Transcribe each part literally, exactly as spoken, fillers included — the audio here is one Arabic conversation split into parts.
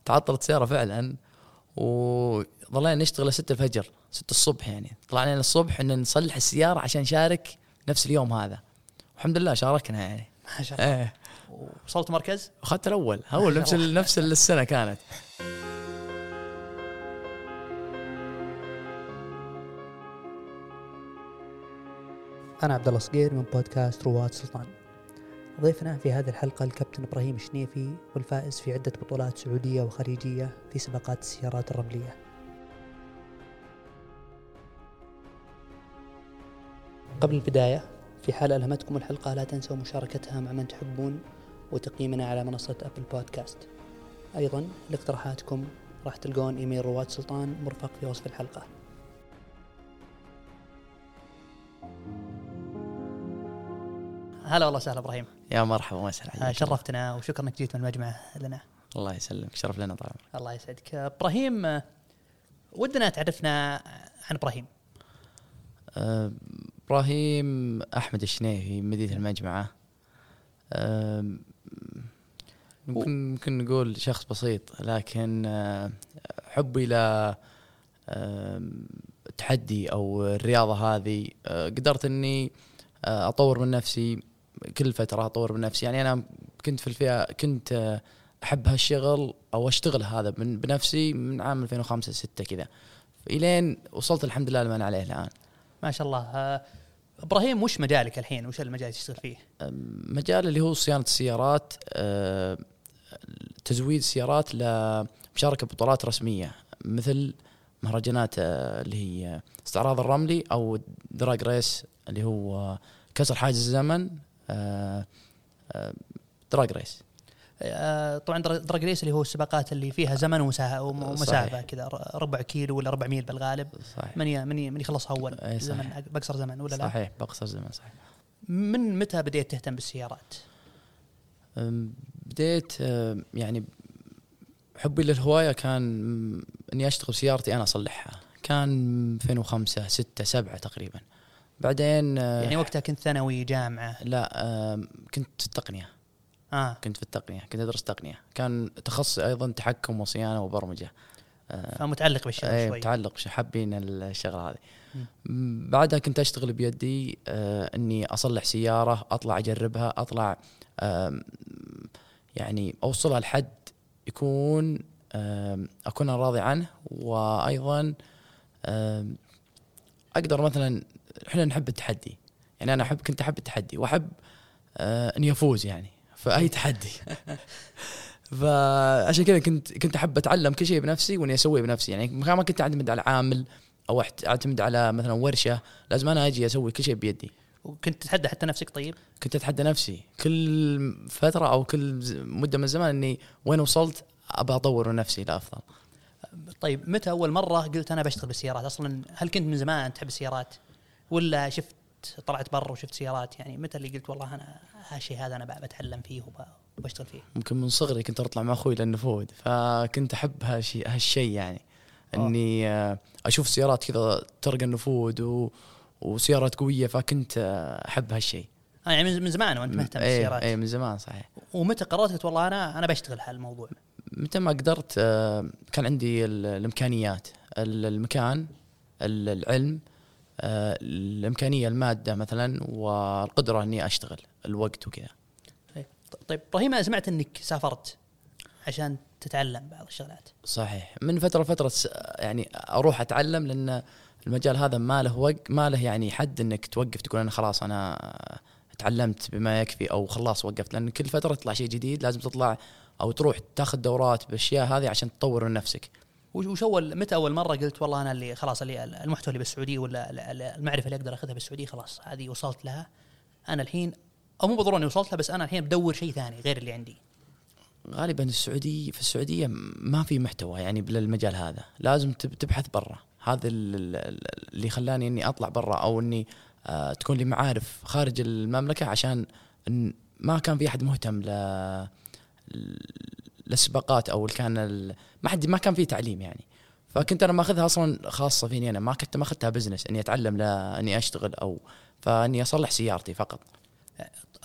تعطلت سيارة فعلا، وظلينا نشتغل ستة الفجر ستة الصبح، يعني طلعنا الصبح إن نصلح السيارة عشان نشارك نفس اليوم هذا، والحمد لله شاركنا يعني ما شاء الله. ايه. وصلت مركز؟ أخذت الأول، أول نفس نفس السنة كانت. أنا عبد الله صقير من بودكاست رواد سلطان. ضيفنا في هذه الحلقة الكابتن إبراهيم شنيفي، والفائز في عدة بطولات سعودية وخليجية في سباقات السيارات الرملية. قبل البداية، في حال ألهمتكم الحلقة لا تنسوا مشاركتها مع من تحبون وتقييمنا على منصة أبل بودكاست. أيضا لاقتراحاتكم راح تلقون إيميل رواد سلطان مرفق في وصف الحلقة. هلا والله سهلا إبراهيم. يا مرحبا وسهلا، شرفتنا وشكرا انك جيت من المجمع لنا. الله يسلمك، شرف لنا طبعا. الله يسعدك. ابراهيم، ودنا تعرفنا عن ابراهيم. أه ابراهيم احمد الشنيفي، مدينة المجمعة. أه ممكن ممكن نقول شخص بسيط، لكن أه حبي ل التحدي او الرياضة هذه، أه قدرت اني أطور من نفسي كل فترة، أطور من نفسي. يعني أنا كنت في الفئة، كنت أحب هالشغل أو أشتغل هذا من بنفسي من عام ألفين وخمسة ستة كذا، إلين وصلت الحمد لله لما أنا عليه الآن. ما شاء الله. إبراهيم، وش مجالك الحين؟ وش المجال تشتغل فيه؟ مجال اللي هو صيانة السيارات، تزويد السيارات لمشاركة بطولات رسمية مثل مهرجانات اللي هي استعراض الرملي أو دراج ريس اللي هو كسر حاجز الزمن. آه آه دراج ريس. آه طبعا دراج ريس اللي هو السباقات اللي فيها زمن ومسافة كذا، ربع كيلو ولا ربع ميل بالغالب. صحيح. من من من يخلصها أول زمن بقصر زمن ولا لا؟ صحيح، بقصر زمن. صحيح. من متى بديت تهتم بالسيارات؟ بديت يعني حبي للهواية كان إني أشتغل سيارتي أنا أصلحها، كان ألفين وخمسة ستة سبعة تقريبا. بعدين يعني وقتها كنت ثانوي جامعة؟ لا، كنت في التقنية. آه. كنت في التقنية، كنت أدرس تقنية، كان تخصصي أيضا تحكم وصيانة وبرمجة. فمتعلق بالشغل ايه شوي. متعلق حابين الشغل هذه. بعدها كنت أشتغل بيدي، إني أصلح سيارة، أطلع أجربها، أطلع يعني أوصلها لحد يكون أكون راضي عنه، وأيضا أقدر مثلا إحنا نحب التحدي، يعني أنا أحب كنت أحب التحدي وأحب آه إني أفوز يعني في أي تحدي. فعشان كذا كنت كنت أحب أتعلم كل شيء بنفسي وإني أسويه بنفسي، يعني ما كنت أعتمد على عامل أو أعتمد على مثلا ورشة، لازم أنا أجي أسوي كل شيء بيدي. وكنت تتحدى حتى نفسك؟ طيب كنت أتحدى نفسي كل فترة أو كل مدة من الزمان إني وين وصلت أبى أطور نفسي لأفضل. طيب متى أول مرة قلت أنا بشتغل بالسيارات أصلا؟ هل كنت من زمان تحب السيارات ولا شفت طلعت برا وشفت سيارات؟ يعني متى اللي قلت والله أنا هالشيء هذا أنا بتعلم فيه وبشتغل فيه؟ ممكن من صغري كنت أطلع مع أخوي للنفود، فكنت أحب هالشيء هالشيء يعني أوه. إني أشوف سيارات كذا ترقى النفود و... وسيارات قوية، فكنت أحب هالشيء. آه يعني من زمان وأنت مهتم بالسيارات؟ إيه من زمان صحيح. ومتى قررت قلت والله أنا أنا بشتغل هالموضوع؟ متى ما قدرت، كان عندي الإمكانيات، المكان، العلم، الإمكانية، المادة مثلا، والقدرة إني أشتغل، الوقت وكذا. طيب إبراهيم، أنا سمعت إنك سافرت عشان تتعلم بعض الشغلات. صحيح، من فترة فترة يعني أروح أتعلم، لأن المجال هذا ما له وقت، ما له يعني حد إنك توقف تقول أنا خلاص أنا تعلمت بما يكفي أو خلاص وقفت، لأن كل فترة تطلع شيء جديد، لازم تطلع أو تروح تاخذ دورات بالأشياء هذه عشان تطور من نفسك. وش أول متى أول مرة قلت والله أنا اللي خلاص اللي المحتوى اللي بالسعودية ولا المعرفة اللي أقدر أخذها بالسعودية خلاص هذه وصلت لها أنا الحين، أو مو بالضرورة إني وصلت لها بس أنا الحين بدور شيء ثاني غير اللي عندي؟ غالبا السعودية في السعودية ما في محتوى يعني بالمجال هذا، لازم تبحث برا. هذا اللي خلاني إني أطلع برا، أو إني آه تكون لي معارف خارج المملكة، عشان إن ما كان في أحد مهتم ل للسباقات، أو كان ما حد ما كان فيه تعليم يعني. فكنت أنا ما أخذها أصلا خاصة فيني أنا، ما كنت ما أخذتها بزنس إني أتعلم لأني أشتغل، أو فإني أصلح سيارتي فقط.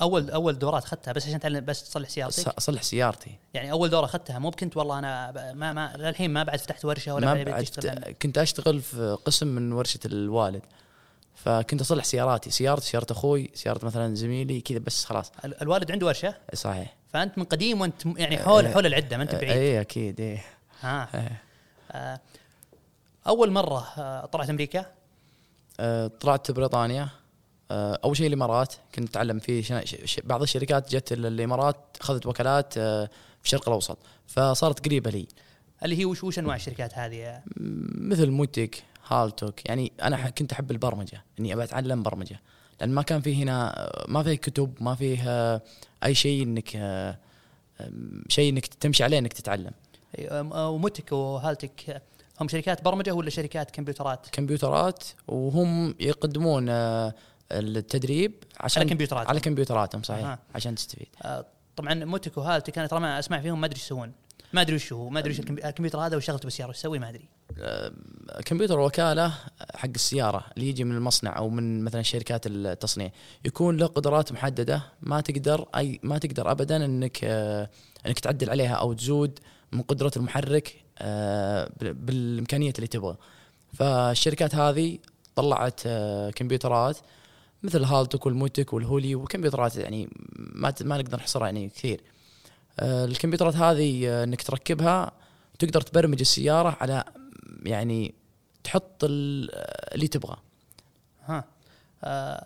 اول اول دورات اخذتها بس عشان تعلم بس تصلح سيارتك؟ اصلح سيارتي. يعني اول دوره اخذتها مو بكنت والله انا ما ما للحين ما بعد فتحت ورشه ولا ما بعد تشتغل؟ كنت اشتغل في قسم من ورشه الوالد، فكنت اصلح سياراتي، سيارتي، سياره اخوي، سياره مثلا زميلي كذا، بس خلاص. الوالد عنده ورشه؟ صحيح. فانت من قديم وانت يعني حول حول العده، ما انت بعيد. اي اكيد. اي ها آه. اول مره طلعت امريكا؟ أه طلعت بريطانيا. أه اول شيء الامارات، كنت اتعلم فيه. بعض الشركات جت الامارات اخذت وكالات أه في الشرق الاوسط، فصارت قريبه لي. اللي هي وش وش انواع الشركات هذه؟ مثل موتيك، هالتوك. يعني انا كنت احب البرمجه، اني ابى اتعلم برمجه، لان ما كان فيه هنا، ما فيه كتب، ما فيه أه اي شيء انك أه شيء انك تمشي عليه انك تتعلم. وموتيك وهالتك هم شركات برمجه ولا شركات كمبيوترات؟ كمبيوترات، وهم يقدمون التدريب عشان على كمبيوترات على كمبيوتراتهم. صحيح. آه. عشان تستفيد. آه طبعا موتيك وهالتك كانت رمى اسمع فيهم ما ادري يسوون، ما ادري وش هو، ما ادري وش الكمبيوتر هذا وشغلته بالسياره وش يسوي ما ادري. آه كمبيوتر وكاله حق السياره اللي يجي من المصنع او من مثلا شركات التصنيع، يكون له قدرات محدده، ما تقدر اي ما تقدر ابدا انك آه انك تعدل عليها او تزود من قدره المحرك آه بالامكانيات اللي تبغى. فالشركات هذه طلعت آه كمبيوترات مثل هالتك والموتك والهولي، وكمبيوترات يعني ما ما نقدر نحصرها يعني كثير. آه الكمبيوترات هذه آه انك تركبها تقدر تبرمج السياره على يعني تحط اللي تبغاه. ها آه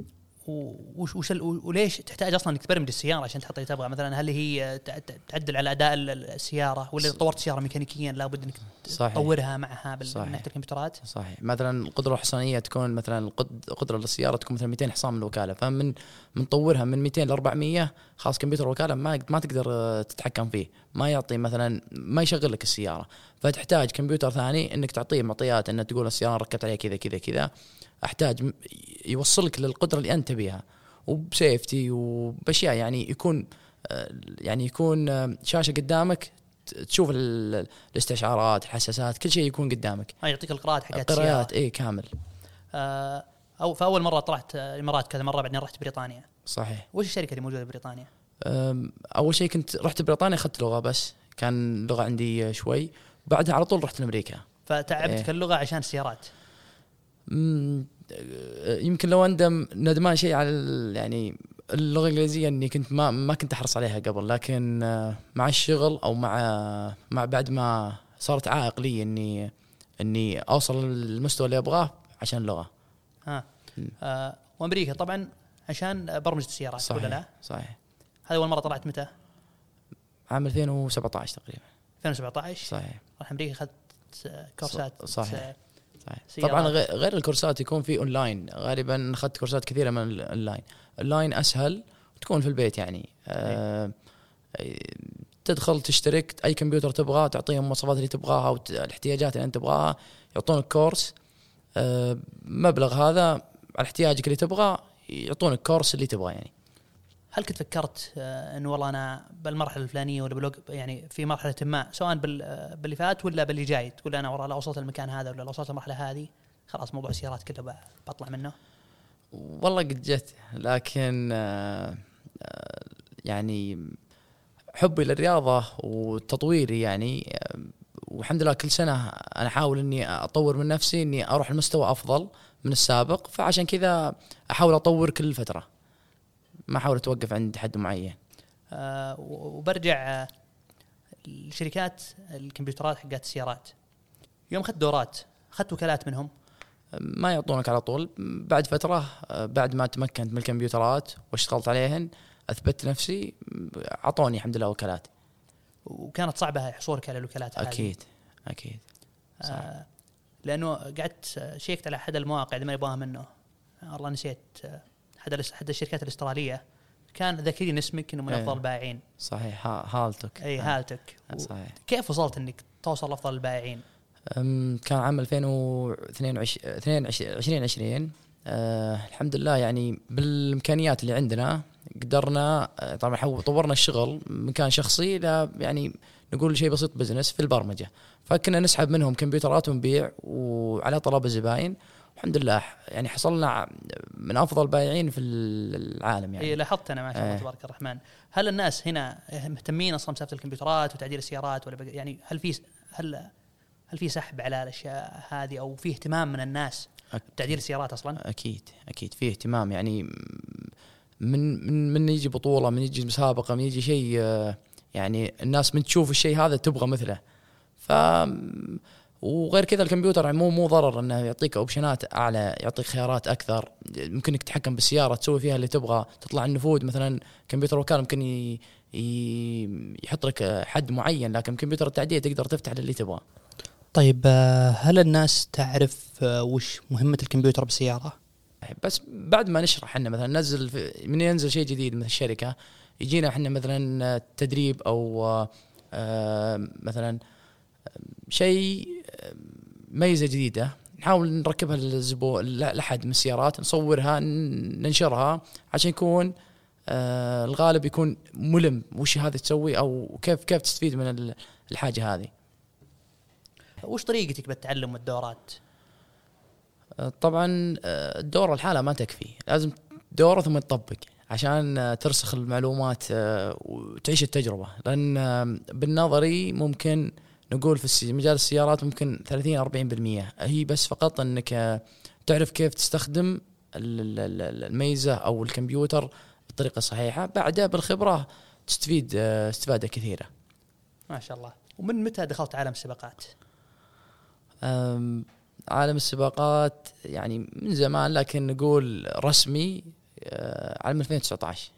وش وش وليش تحتاج اصلا انك تبرمج السياره عشان تحط اللي تبغى؟ مثلا هل هي تعدل على اداء السياره، ولا طورت سياره ميكانيكيا لابد انك تطورها معها بالناحيه الكمبيوترات؟ صحيح. مثلا القدره الحصانيه تكون مثلا القدره للسياره تكون مثلا مئتين حصان من الوكاله، فمن منطورها من مئتين ل أربعمية، خاص كمبيوتر الوكاله ما ما تقدر تتحكم فيه، ما يعطي مثلا ما يشغل لك السياره، فتحتاج كمبيوتر ثاني انك تعطيه معطيات ان تقول السياره ركبت عليها كذا كذا كذا، احتاج يوصلك للقدره اللي انت بيها وبسيفتي وباشياء، يعني يكون يعني يكون شاشه قدامك تشوف الاستشعارات، الحساسات، كل شيء يكون قدامك. اه يعطيك القراءات حقت القراءات اي كامل. آه او فاول مره طلعت الامارات كذا مره، بعدين رحت بريطانيا. صحيح. وش الشركه اللي موجوده ببريطانيا؟ اول شيء كنت رحت بريطانيا اخذت لغه، بس كان لغه عندي شوي، بعدها على طول رحت لامريكا. فتعبتك إيه. اللغه عشان السيارات؟ يمكن لو اندم ندمان شيء على يعني اللغه الانجليزيه اني كنت ما ما كنت احرص عليها قبل، لكن مع الشغل او مع مع بعد ما صارت عائق لي اني اني اوصل للمستوى اللي ابغاه عشان اللغه. ها آه وامريكا طبعا عشان برمجه السيارات. صحيح. ولا لا؟ صحيح. هذه اول مره طلعت متى؟ عام ألفين وسبعة عشر تقريبا. ألفين وسبعة عشر. صحيح. راح امريكا اخذت كورسات. صحيح. طبعا غير الكورسات يكون في اونلاين، غالبا اخذت كورسات كثيره من الاونلاين. اونلاين اسهل وتكون في البيت يعني. آه تدخل تشترك اي كمبيوتر تبغاه، تعطيهم المواصفات اللي تبغاها والاحتياجات اللي انت تبغاها، يعطونك كورس آه مبلغ هذا على احتياجك اللي تبغاه، يعطونك كورس اللي تبغاه يعني. هل كنت فكرت آه انه والله انا بالمرحله الفلانيه ولا بلوج يعني في مرحله ما، سواء باللي فات ولا باللي جاي، تقول انا والله لو وصلت المكان هذا ولا لو وصلت المرحله هذه خلاص موضوع السيارات كله بطلع منه؟ والله قد جت، لكن آه آه يعني حبي للرياضه وتطويري يعني آه والحمد لله كل سنه انا احاول اني اطور من نفسي، اني اروح لمستوى افضل من السابق، فعشان كذا احاول اطور كل فتره، ما احاول اتوقف عند حد معين. آه وبرجع آه الشركات الكمبيوترات حقات السيارات، يوم اخذت دورات اخذت وكالات منهم؟ ما يعطونك على طول، بعد فتره بعد ما تمكنت من الكمبيوترات واشتغلت عليهن اثبت نفسي اعطوني الحمد لله وكالات. وكانت صعبه حصولك على الوكالات هذه؟ اكيد اكيد. آه لانه قعدت شيكت على احد المواقع اللي ما يبغاها منه، والله نسيت، احد احد الشركات الاستراليه كان ذكرين اسمك انه من افضل البائعين. صحيح. هالتك. اي هالتك. صحيح. كيف وصلت انك توصل افضل البائعين؟ كان عام ألفين واثنين وعشرين. أه الحمد لله يعني بالامكانيات اللي عندنا قدرنا طبعا طورنا الشغل من كان شخصي لا يعني نقول شيء بسيط بزنس في البرمجه، فكنا نسحب منهم كمبيوترات ونبيع وعلى طلب الزباين، الحمد لله يعني حصلنا من افضل بائعين في العالم يعني. اي لاحظت انا ما شاء الله ايه. تبارك الرحمن. هل الناس هنا مهتمين اصلا بسالفه الكمبيوترات وتعديل السيارات ولا يعني هل في هل هل في سحب على الاشياء هذه او في اهتمام من الناس بتعديل السيارات اصلا؟ اكيد اكيد في اهتمام يعني من من من يجي بطوله، من يجي مسابقه، من يجي شيء يعني الناس من تشوف الشيء هذا تبغى مثله. ف وغير كذا الكمبيوتر يعني مو مو ضرر انه يعطيك اوبشنات اعلى، يعطيك خيارات اكثر، ممكن انك تتحكم بالسياره تسوي فيها اللي تبغى، تطلع النفوذ. مثلا كمبيوتر وكاله ممكن ي... ي... يحط لك حد معين، لكن كمبيوتر التعديل تقدر تفتح اللي تبغى. طيب هل الناس تعرف وش مهمة الكمبيوتر بالسيارة؟ بس بعد ما نشرح احنا مثلا ننزل من ينزل شيء جديد من الشركة يجينا احنا مثلا تدريب او آه مثلا شيء ميزة جديدة نحاول نركبها للزبون لحد من السيارات، نصورها ننشرها عشان يكون آه الغالب يكون ملم وش هذا تسوي او كيف كيف تستفيد من الحاجة هذه. وش طريقتك بالتعلم والدورات؟ طبعا الدورة الحالة ما تكفي، لازم دورة ثم تطبق عشان ترسخ المعلومات وتعيش التجربة. لأن بالنظري ممكن نقول في مجال السيارات ممكن ثلاثين أربعين بالمية هي بس فقط أنك تعرف كيف تستخدم الميزة أو الكمبيوتر بالطريقة الصحيحة، بعدها بالخبرة تستفيد استفادة كثيرة. ما شاء الله. ومن متى دخلت عالم السباقات؟ عالم السباقات يعني من زمان، لكن نقول رسمي عام ألفين وتسعة عشر.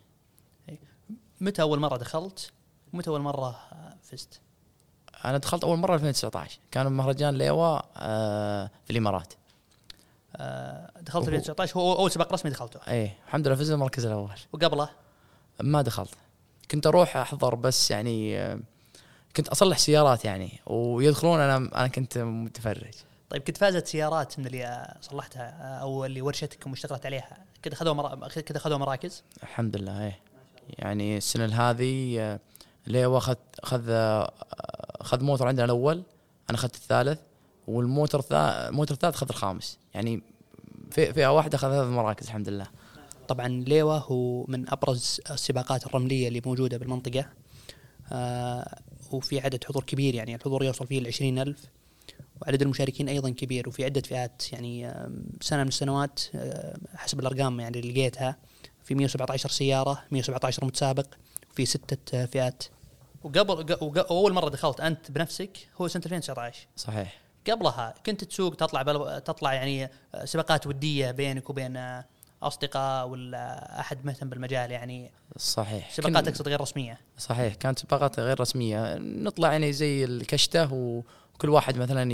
متى أول مرة دخلت ومتى أول مرة فزت؟ أنا دخلت أول مرة ألفين وتسعة عشر، كان مهرجان ليوا في الإمارات. دخلت ألفين وتسعة عشر هو أول سباق رسمي دخلته؟ إيه الحمد لله فزنا المركز الأول. وقبله؟ ما دخلت، كنت أروح أحضر بس يعني كنت أصلح سيارات يعني ويدخلون، أنا أنا كنت متفرج. طيب كنت فازت سيارات من اللي صلحتها أو اللي ورشتكم واشتغلت عليها كده خذوا مرا... كده خذوا مراكز؟ الحمد لله. إيه يعني السنة هذه ليه أخذ أخذ أخذ موتور عندنا الأول، أنا أخذت الثالث، والموتور الثالث موتور الثالث أخذ الخامس، يعني في فئة واحدة أخذ ثلاث مراكز الحمد لله. طبعا ليوا هو من أبرز السباقات الرملية اللي موجودة بالمنطقة، آه وفي عدد حضور كبير، يعني الحضور يوصل فيه لعشرين ألف، وعدد المشاركين أيضا كبير، وفي عدة فئات. يعني سنة من السنوات حسب الأرقام يعني اللي لقيتها في مئة وسبعة عشر سيارة، مئة وسبعة عشر متسابق، وفي ستة فئات. وقبل أول مرة دخلت أنت بنفسك هو سنة ألفين وتسعة عشر صحيح. قبلها كنت تسوق تطلع تطلع يعني سباقات ودية بينك وبين أصدقاء ولا أحد مهتم بالمجال يعني؟ صحيح. سباقات أقصد غير رسمية. صحيح كانت سباقات غير رسمية، نطلع يعني زي الكشتة وكل واحد مثلا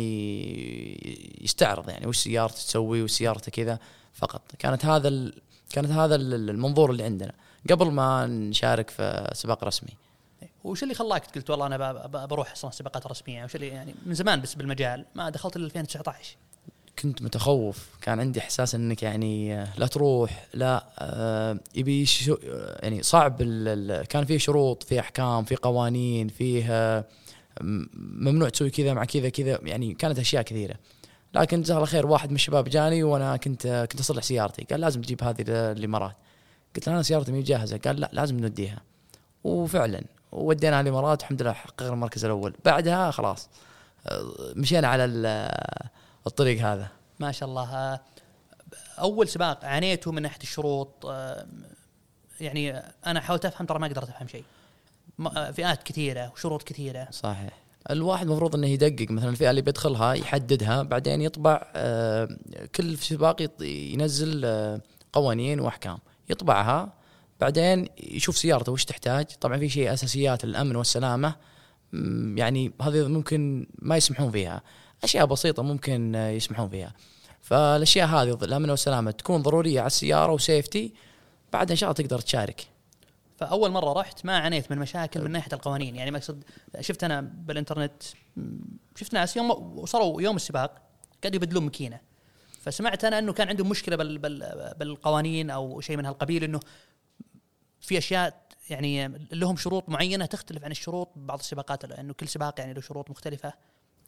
يستعرض يعني وش سيارته تسوي وسيارته كذا فقط. كانت هذا ال... كانت هذا المنظور اللي عندنا قبل ما نشارك في سباق رسمي. وش اللي خلاك قلت والله أنا بروح أصلا السباقات الرسمية؟ وش اللي يعني من زمان بس بالمجال ما دخلت إلا ألفين وتسعة عشر؟ كنت متخوف، كان عندي إحساس إنك يعني لا تروح لا آه يبي شو يعني صعب. كان فيه شروط، فيه أحكام، فيه قوانين، فيه آه ممنوع تسوي كذا مع كذا كذا، يعني كانت أشياء كثيرة. لكن جزاه الله خير واحد من الشباب جاني وأنا كنت كنت أصلح سيارتي، قال لازم تجيب هذه للإمارات. قلت له أنا سيارتي مي جاهزة، قال لا لازم نوديها، وفعلا ودينا الإمارات الحمد لله حققنا المركز الأول. بعدها خلاص مشينا على الطريق هذا. ما شاء الله. أول سباق عانيته من ناحية الشروط، يعني أنا حاولت أفهم ترى ما قدرت أفهم شيء، فئات كثيرة وشروط كثيرة. صحيح. الواحد مفروض أنه يدقق مثلا الفئة اللي بيدخلها يحددها، بعدين يطبع كل سباق ينزل قوانين وأحكام يطبعها، بعدين يشوف سيارته وش تحتاج. طبعا في شيء أساسيات الأمن والسلامة يعني هذه ممكن ما يسمحون فيها، أشياء بسيطة ممكن يسمحون فيها. فالأشياء هذه الأمن والسلامة تكون ضرورية على السيارة وسيفتي، بعد إن شاء الله تقدر تشارك. فأول مرة رحت ما عانيت من مشاكل من ناحية القوانين؟ يعني مقصد شفت أنا بالإنترنت شفت ناس يوم وصلوا يوم السباق قاعدوا يبدلون ماكينة، فسمعت أنا أنه كان عندهم مشكلة بال بال بالقوانين أو شيء من هالقبيل، أنه في أشياء يعني لهم شروط معينة تختلف عن الشروط بعض السباقات، لأنه كل سباق يعني له شروط مختلفة.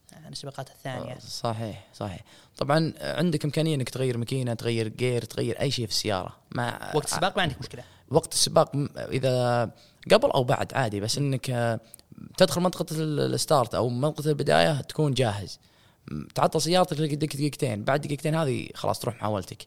عن السباقات الثانية. صحيح صحيح. طبعا عندك إمكانية إنك تغير ماكينة، تغير جير، تغير أي شيء في السيارة. ما وقت السباق ما عندك مشكلة. وقت السباق إذا قبل أو بعد عادي، بس إنك تدخل منطقة الستارت أو منطقة البداية تكون جاهز. تعطل سيارتك لك دقيقتين، بعد دقيقتين هذه خلاص تروح محاولتك.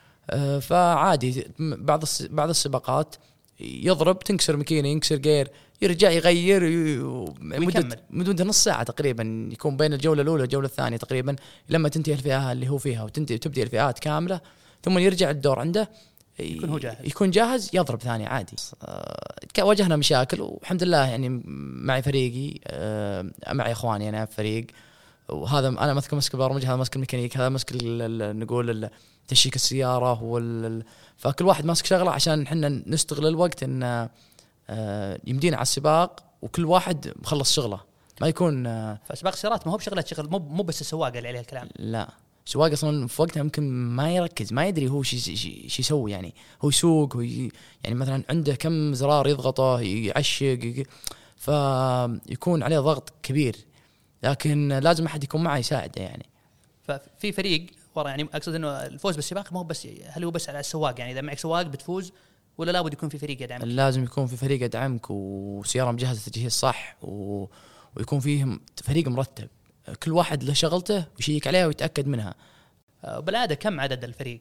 فعادي بعض بعض السباقات يضرب، تنكسر ماكينة، ينكسر جير، يرجع يغير مدة مدة نص ساعة تقريبا، يكون بين الجولة الأولى والجولة الثانية تقريبا لما تنتهي الفئة اللي هو فيها وتنتهي تبدأ الفئات كاملة، ثم يرجع الدور عنده يكون هو جاهز يكون جاهز يضرب ثاني عادي. واجهنا مشاكل والحمد لله، يعني معي فريقي، معي إخواني أنا في فريق، وهذا أنا ماسك ماسك البرمجة، هذا ماسك الميكانيك، هذا ماسك نقول تشيك السيارة وال... فكل واحد ماسك شغلة عشان حنا نستغل الوقت إن يمدينا على السباق وكل واحد مخلص شغله، ما يكون فسباق السيارات ما هو بشغلة شغل، مو مو بس السواق اللي عليه الكلام. لا، سواق أصلا في وقتها ممكن ما يركز، ما يدري هو شي شي شي يسوي، يعني هو يسوق، هو ي... يعني مثلا عنده كم زرار يضغطه، يعشق، فيكون عليه ضغط كبير، لكن لازم أحد يكون معه يساعده. يعني ففي فريق ورا، يعني أقصد إنه الفوز بالسباق ما هو بس، هل هو بس على السواق؟ يعني إذا معك سواق بتفوز، ولا لابد يكون في فريق يدعمك؟ لازم يكون في فريق يدعمك وسيارة مجهزة تجهيز صح، و... ويكون فيه فريق مرتب، كل واحد له شغلته ويشيك عليها ويتأكد منها. بالعادة كم عدد الفريق؟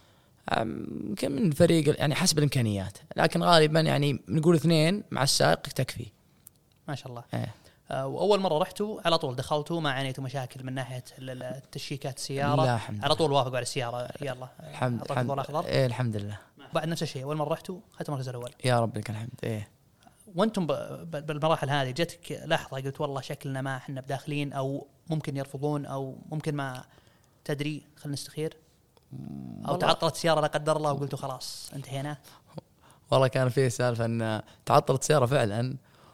كم من فريق يعني حسب الإمكانيات، لكن غالبا يعني نقول اثنين مع السائق تكفي. ما شاء الله. اه. وأول مرة رحتوا على طول دخلتوا، ما عانيتوا مشاكل من ناحية التشيكات السيارة؟ لا الحمد على طول وافقوا على السيارة، يلا الحمد الحمد إيه الحمد لله. بعد نفس الشيء أول مرة رحتوا خدتوا المركز الأول، يا رب لك الحمد. إيه وأنتم بالمراحل هذه جتك لحظة قلت والله شكلنا ما إحنا بداخلين، أو ممكن يرفضون، أو ممكن ما تدري خلنا نستخير، أو تعطلت سيارة لا قدر الله وقلتوا خلاص انتهينا؟ والله كان فيه سالفة أن تعطلت سيارة فعلا،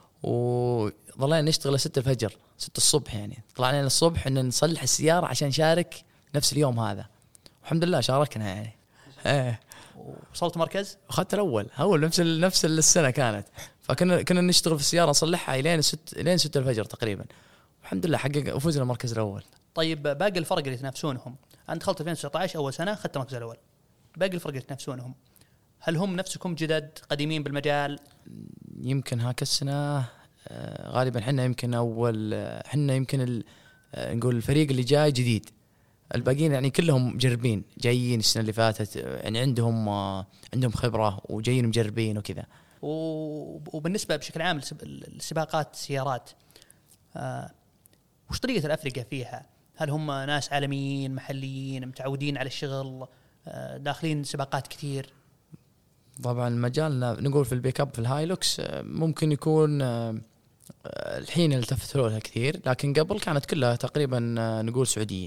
وظلينا نشتغل ستة الفجر ستة الصبح، يعني طلعنا الصبح إن نصلح السيارة عشان نشارك نفس اليوم هذا، والحمد لله شاركنا يعني. ايه وصلت مركز أخذت الأول، أول نفس نفس السنة كانت، فكنا كنا نشتغل في السيارة نصلحها لين ست لين ستة الفجر تقريبا، والحمد لله حقق وفزنا المركز الأول. طيب باقي الفرق اللي يتنافسونهم، أنت دخلت ألفين وتسعة عشر أول سنة أخذت المركز الأول، باقي الفرق اللي يتنافسونهم هل هم نفسكم جدد قديمين بالمجال؟ يمكن هاك السنة غالبا حنا يمكن أول حنا يمكن نقول الفريق اللي جاي جديد، الباقيين يعني كلهم مجربين جايين السنة اللي فاتت، يعني عندهم عندهم خبرة وجايين مجربين وكذا. وبالنسبة بشكل عام السباقات السيارات آه وش طريقة الأفريقيا فيها؟ هل هم ناس عالميين محليين متعودين على الشغل آه داخلين سباقات كثير؟ طبعا مجالنا نقول في البيك اب في الهايلوكس ممكن يكون الحين التفتوا لها كثير، لكن قبل كانت كلها تقريبا نقول سعوديين.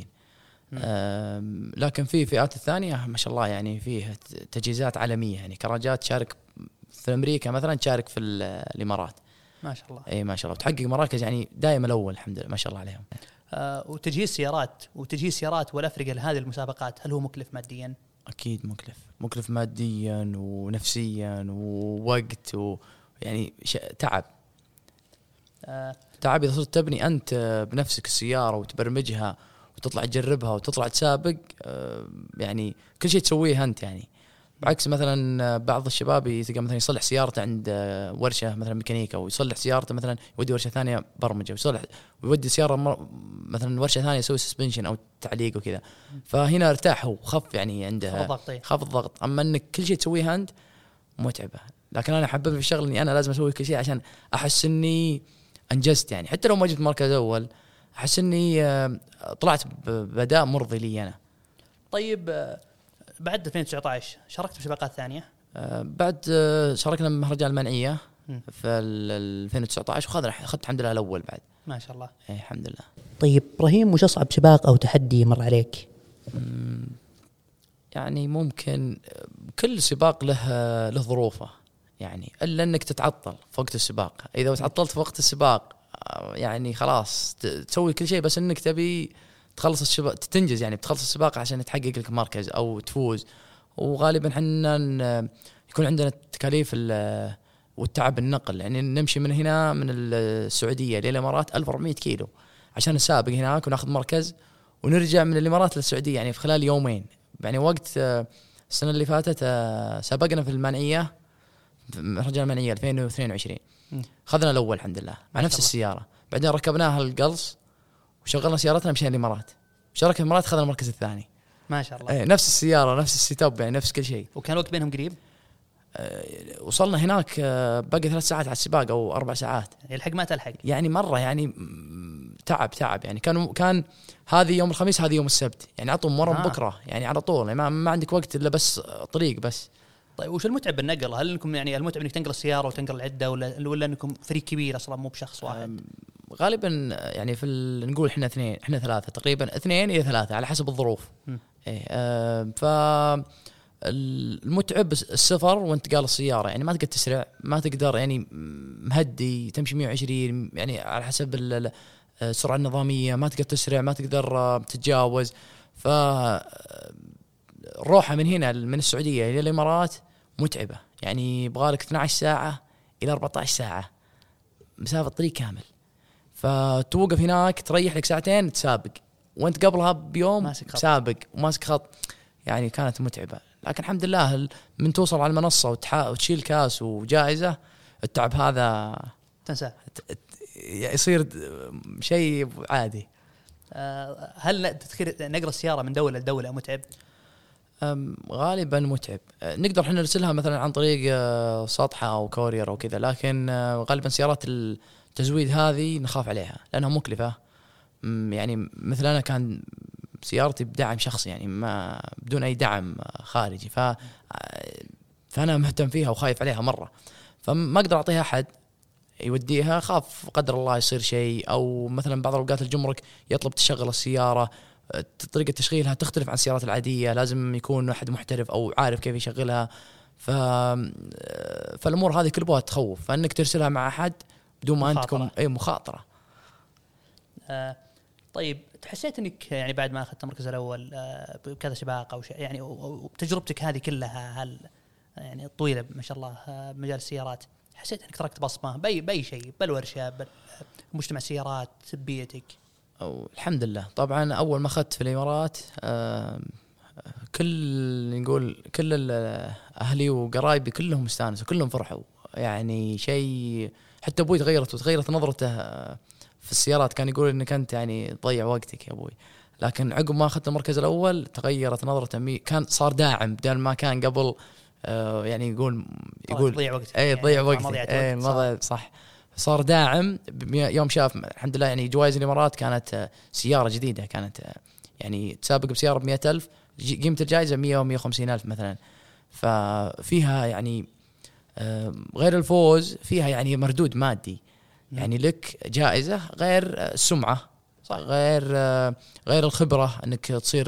لكن في فئات الثانية ما شاء الله يعني فيه تجهيزات عالمية، يعني كراجات تشارك في أمريكا مثلا تشارك في الإمارات ما شاء الله. أي ما شاء الله تحقق مراكز يعني دائما الأول الحمد لله ما شاء الله عليهم. آه وتجهيز سيارات وتجهيز سيارات والأفريقيا لهذه المسابقات هل هو مكلف ماديا؟ أكيد مكلف مكلف ماديا ونفسيا ووقت ويعني تعب آه. تعب إذا صرت تبني أنت بنفسك السيارة وتبرمجها وتطلع تجربها وتطلع تسابق آه يعني كل شيء تسويه أنت، يعني بعكس مثلا بعض الشباب يتلقى مثلا يصلح سيارته عند ورشة مثلا ميكانيكا، ويصلح سيارته مثلا يودي ورشة ثانية برمجة، ويصلح ويودي سيارة مثلا ورشة ثانية يسوي سسبنشن أو تعليق وكذا، فهنا ارتاح وخف يعني عنده خف الضغط. أما أنك كل شيء تسويه أنت متعبة، لكن أنا حبب في الشغل إني أنا لازم أسوي كل شيء عشان أحس إني أنجزت، يعني حتى لو ما جبت مركز أول أحس إني طلعت بأداء مرضي لي أنا. طيب بعد ألفين وتسعة عشر شاركت في سباقات ثانية؟ آه بعد آه شاركنا بمهرجان المنعية م. في ألفين وتسعة عشر وخذنا أخذت الحمد لله الأول بعد. ما شاء الله. إيه الحمد لله. طيب إبراهيم وش أصعب سباق أو تحدي مر عليك؟ يعني ممكن كل سباق له له ظروفه، يعني إلا أنك تتعطل في وقت السباق، إذا تعطلت في وقت السباق يعني خلاص تسوي كل شيء بس أنك تبي تخلص السباق تنجز، يعني بتخلص السباق عشان تحقق لك مركز أو تفوز. وغالبا حنا يكون عندنا التكاليف والتعب النقل، يعني نمشي من هنا من السعودية للإمارات ألف وأربعمية كيلو عشان نسابق هناك وناخذ مركز ونرجع من الامارات للسعوديه يعني في خلال يومين. يعني وقت السنه اللي فاتت سابقنا في المنعيه، رجعنا المنعيه ألفين واثنين وعشرين اخذنا الاول الحمد لله مع نفس السياره. بعدين ركبناها القلص وشغلنا سيارتنا مشينا الامارات، شركه الامارات اخذنا المركز الثاني ما شاء الله. ايه نفس السياره نفس السيت اب يعني نفس كل شيء. وكان وقت بينهم قريب؟ أه وصلنا هناك أه باقي ثلاث ساعات على السباق او اربع ساعات يعني الحق ما تلحق يعني مره يعني تعب تعب يعني كان كان هذه يوم الخميس هذه يوم السبت يعني عطوا مرة آه. بكره يعني على طول يعني ما, ما عندك وقت الا بس طريق بس. طيب وش المتعب بالنقل؟ هل انكم يعني المتعب انك تنقل السياره وتنقل العده ولا ولا انكم فريق كبير اصلا مو بشخص واحد؟ غالبا يعني في نقول احنا اثنين احنا ثلاثه تقريبا اثنين الى ثلاثه على حسب الظروف. ايه آه ف المتعب السفر وانت قال السياره يعني ما تقدر تسرع ما تقدر يعني مهدي تمشي مية وعشرين يعني على حسب السرعه النظاميه ما تقدر تسرع ما تقدر تتجاوز. ف الروحه من هنا من السعوديه الى الامارات متعبه يعني يبغالك اثنتي عشرة ساعه الى أربعة عشر ساعه مسافه طريق كامل. فتوقف هناك تريح لك ساعتين تسابق وانت قبلها بيوم سابق وماسك خط يعني كانت متعبه. لكن الحمد لله من توصل على المنصه وتح... وتشيل كاس وجائزه التعب هذا تنسى يصير شيء عادي. هل تذكير نقل السياره من دوله لدوله متعب؟ غالبا متعب. نقدر احنا نرسلها مثلا عن طريق سطحه او كورير او كذا لكن غالبا سيارات التزويد هذه نخاف عليها لانها مكلفه. يعني مثلا انا كان سيارتي بدعم شخصي يعني ما بدون اي دعم خارجي ف فانا مهتم فيها وخايف عليها مره فما اقدر اعطيها احد يوديها خاف قدر الله يصير شيء او مثلا بعض الاوقات الجمرك يطلب تشغل السياره طريقه تشغيلها تختلف عن السيارات العاديه لازم يكون احد محترف او عارف كيف يشغلها. ف فالامور هذه كلها تخوف فانك ترسلها مع احد بدون ما انتكم اي مخاطره. آه طيب حسيت انك يعني بعد ما اخذت المركز الاول آه بكذا سباق او شيء يعني وتجربتك هذه كلها هل يعني طويله ما شاء الله آه مجال السيارات حسيت انك تركت بصمه باي باي شيء بالورشه بمجتمع السيارات بيئتك؟ أو الحمد لله طبعا اول ما اخذت في الامارات آه كل نقول كل اهلي وقرايبي كلهم استانسوا كلهم فرحوا يعني شيء حتى ابوي تغيرت وتغيرت نظرته في السيارات كان يقول انك انت يعني تضيع وقتك يا ابوي. لكن عقب ما اخذت المركز الاول تغيرت نظرته مي كان صار داعم بدل ما كان قبل آه يعني يقول يقول تضيع وقتك اي يعني تضيع وقتك اي مضيع صح صار داعم يوم شاف الحمد لله يعني جوائز الامارات كانت سياره جديده كانت يعني تسابق بسياره بمئة ألف قيمه الجائزه مئة ومئة وخمسين ألف مثلا. ففيها يعني غير الفوز فيها يعني مردود مادي يعني لك جائزة غير السمعة صح. غير غير الخبرة انك تصير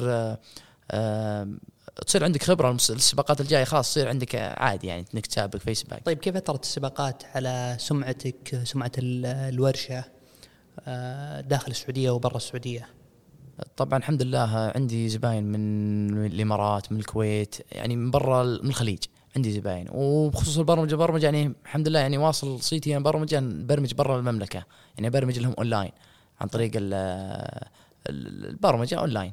تصير عندك خبرة السباقات الجاية خلاص تصير عندك عادي يعني انك تسابق في سباق. طيب كيف أثرت السباقات على سمعتك سمعة الورشة داخل السعودية وبرا السعودية؟ طبعا الحمد لله عندي زباين من الامارات من الكويت يعني من برا من الخليج عندي زباين وبخصوص البرمجه برمجه يعني الحمد لله يعني واصل صيتي انا برمجه برمج برا المملكه يعني برمج لهم اونلاين عن طريق البرمجه اونلاين.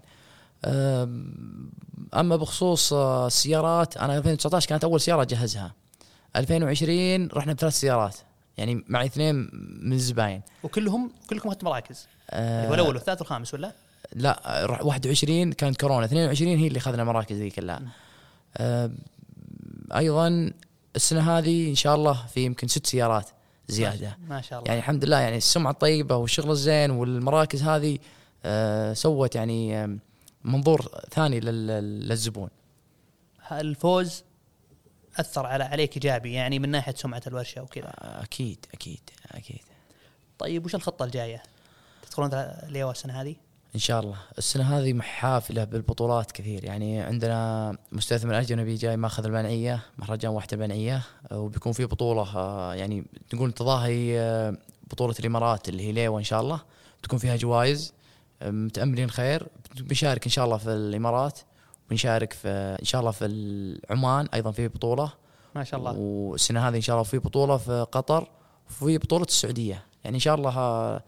اما بخصوص السيارات انا ألفين وتسعة عشر كانت اول سياره اجهزها ألفين وعشرين رحنا بثلاث سيارات يعني معي اثنين من الزباين وكلهم كلكم اخذت مراكز أه الاول والثالث والخامس ولا لا واحد وعشرين كانت كورونا اثنين وعشرين هي اللي اخذنا مراكز ذي كلها. أه ايضا السنه هذه ان شاء الله في يمكن ست سيارات زياده ما شاء الله يعني الحمد لله يعني السمعه الطيبه والشغل الزين والمراكز هذه آه سوت يعني آه منظور ثاني للزبون. الفوز اثر على عليك ايجابي يعني من ناحيه سمعه الورشه وكذا؟ اكيد اكيد اكيد. طيب وش الخطه الجايه؟ تدخلون ليوا السنه هذه ان شاء الله؟ السنه هذه محافله بالبطولات كثير يعني عندنا مستثمر اجنبي جاي ماخذ المنعيه مهرجان واحده المنعيه وبيكون في بطوله يعني نقول تضاهي بطوله الامارات اللي هي ليوا ان شاء الله تكون فيها جوائز متاملين خير. بنشارك ان شاء الله في الامارات ونشارك في ان شاء الله في عمان ايضا في بطوله ما شاء الله. والسنه هذه ان شاء الله في بطوله في قطر وفي بطوله السعوديه يعني ان شاء الله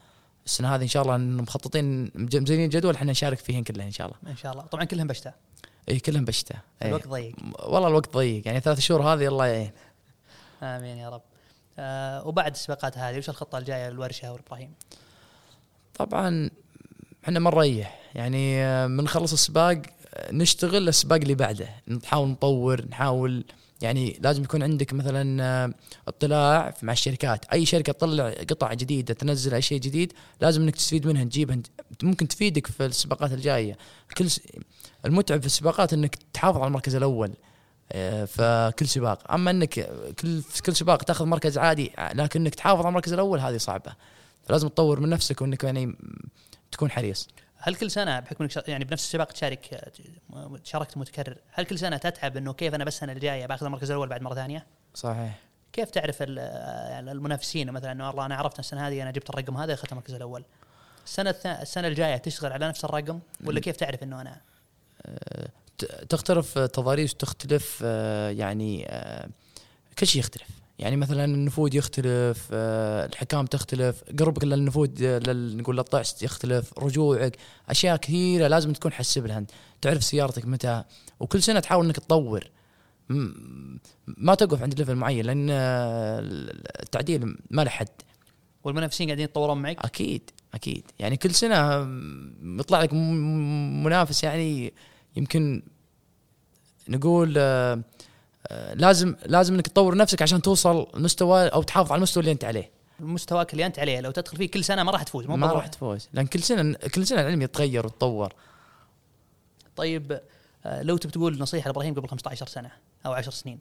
السنه هذه ان شاء الله مخططين مزينين جدول احنا نشارك فيهن كلها ان شاء الله. ان شاء الله. طبعا كلهم بشتاء. اي كلهم بشتاء. الوقت ضيق والله الوقت ضيق يعني ثلاث شهور هذه الله يعين. امين يا رب. آه وبعد السباقات هذه وش الخطه الجايه للورشه وابراهيم؟ طبعا احنا ما نريح يعني من خلص السباق نشتغل السباق اللي بعده، نحاول نطور نحاول يعني لازم يكون عندك مثلا اطلاع مع الشركات، اي شركه تطلع قطع جديده تنزل اي شيء جديد لازم انك تستفيد منها تجيبها ممكن تفيدك في السباقات الجايه. كل س... المتعب في السباقات انك تحافظ على المركز الاول فكل سباق، اما انك كل كل سباق تاخذ مركز عادي لكنك تحافظ على المركز الاول هذه صعبه، فلازم تطور من نفسك وانك يعني تكون حريص. هل كل سنه بحكم انك يعني بنفس السباق تشارك شاركت متكرر، هل كل سنه تتعب انه كيف انا بس السنه الجايه باخذ المركز الاول بعد مره ثانيه؟ صحيح. كيف تعرف المنافسين مثلا انه والله انا عرفت السنه هذه انا جبت الرقم هذا اخذت المركز الاول، السنه السنه الجايه تشتغل على نفس الرقم ولا كيف تعرف انه انا؟ تختلف تضاريس وتختلف يعني كل شيء يختلف، يعني مثلا النفوذ يختلف، الحكام تختلف، قربك للنفوذ نقول للطعس يختلف، رجوعك، اشياء كثيره لازم تكون حسب لها، تعرف سيارتك متى، وكل سنه تحاول انك تطور ما توقف عند ليفل معين لان التعديل ما له حد. والمنافسين قاعدين يتطورون معك؟ اكيد اكيد يعني كل سنه يطلع لك منافس يعني يمكن نقول آه آه لازم لازم انك تطور نفسك عشان توصل مستوى او تحافظ على المستوى اللي انت عليه. مستواك اللي انت عليه لو تدخل فيه كل سنه ما راح تفوز، ما راح تفوز لان كل سنه كل سنه العلم يتغير ويتطور. طيب آه لو تبي تقول نصيحه لابراهيم قبل خمسة عشر سنه او عشر سنين؟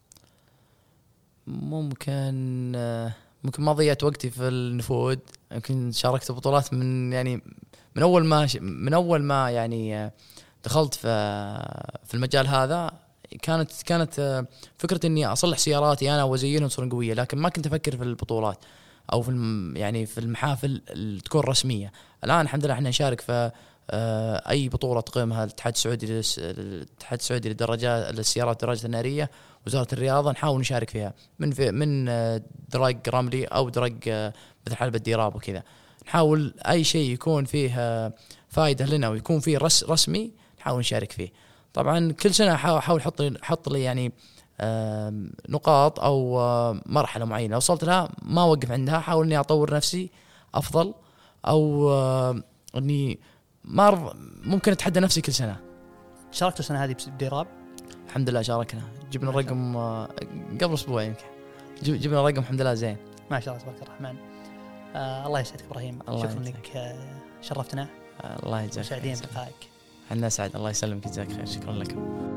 ممكن آه ممكن ما ضيعت وقتي في النفوذ، يمكن شاركت بطولات من يعني من اول ما من اول ما يعني دخلت في في المجال هذا كانت كانت فكرة اني اصلح سياراتي انا وازينها تصير قوية، لكن ما كنت افكر في البطولات او في يعني في المحافل اللي تكون رسمية. الان الحمد لله احنا نشارك في اي بطولة تقيمها الاتحاد السعودي الاتحاد السعودي للدراجات للسيارات الدراجات النارية، وزارة الرياضة، نحاول نشارك فيها من في من دراج رملي او دراج مثل حلبة ديراب وكذا، نحاول اي شيء يكون فيه فائدة لنا ويكون فيه رس رسمي نحاول نشارك فيه. طبعا كل سنة احاول احط لي احط لي يعني نقاط او مرحلة معينة وصلت لها ما اوقف عندها، احاول اني اطور نفسي افضل او اني ما ممكن اتحدى نفسي كل سنة. شاركت السنة هذه بديراب؟ الحمد لله شاركنا، جبنا الرقم قبل اسبوع يمكن جبنا الرقم الحمد لله زين ما شاء الله تبارك الرحمن. آه الله يسعدك ابراهيم، شكرا لك آه شرفتنا. آه الله يجزاك، سعيدين بلقائك. احنا سعد، الله يسلمك، جزاك خير، شكرا لكم.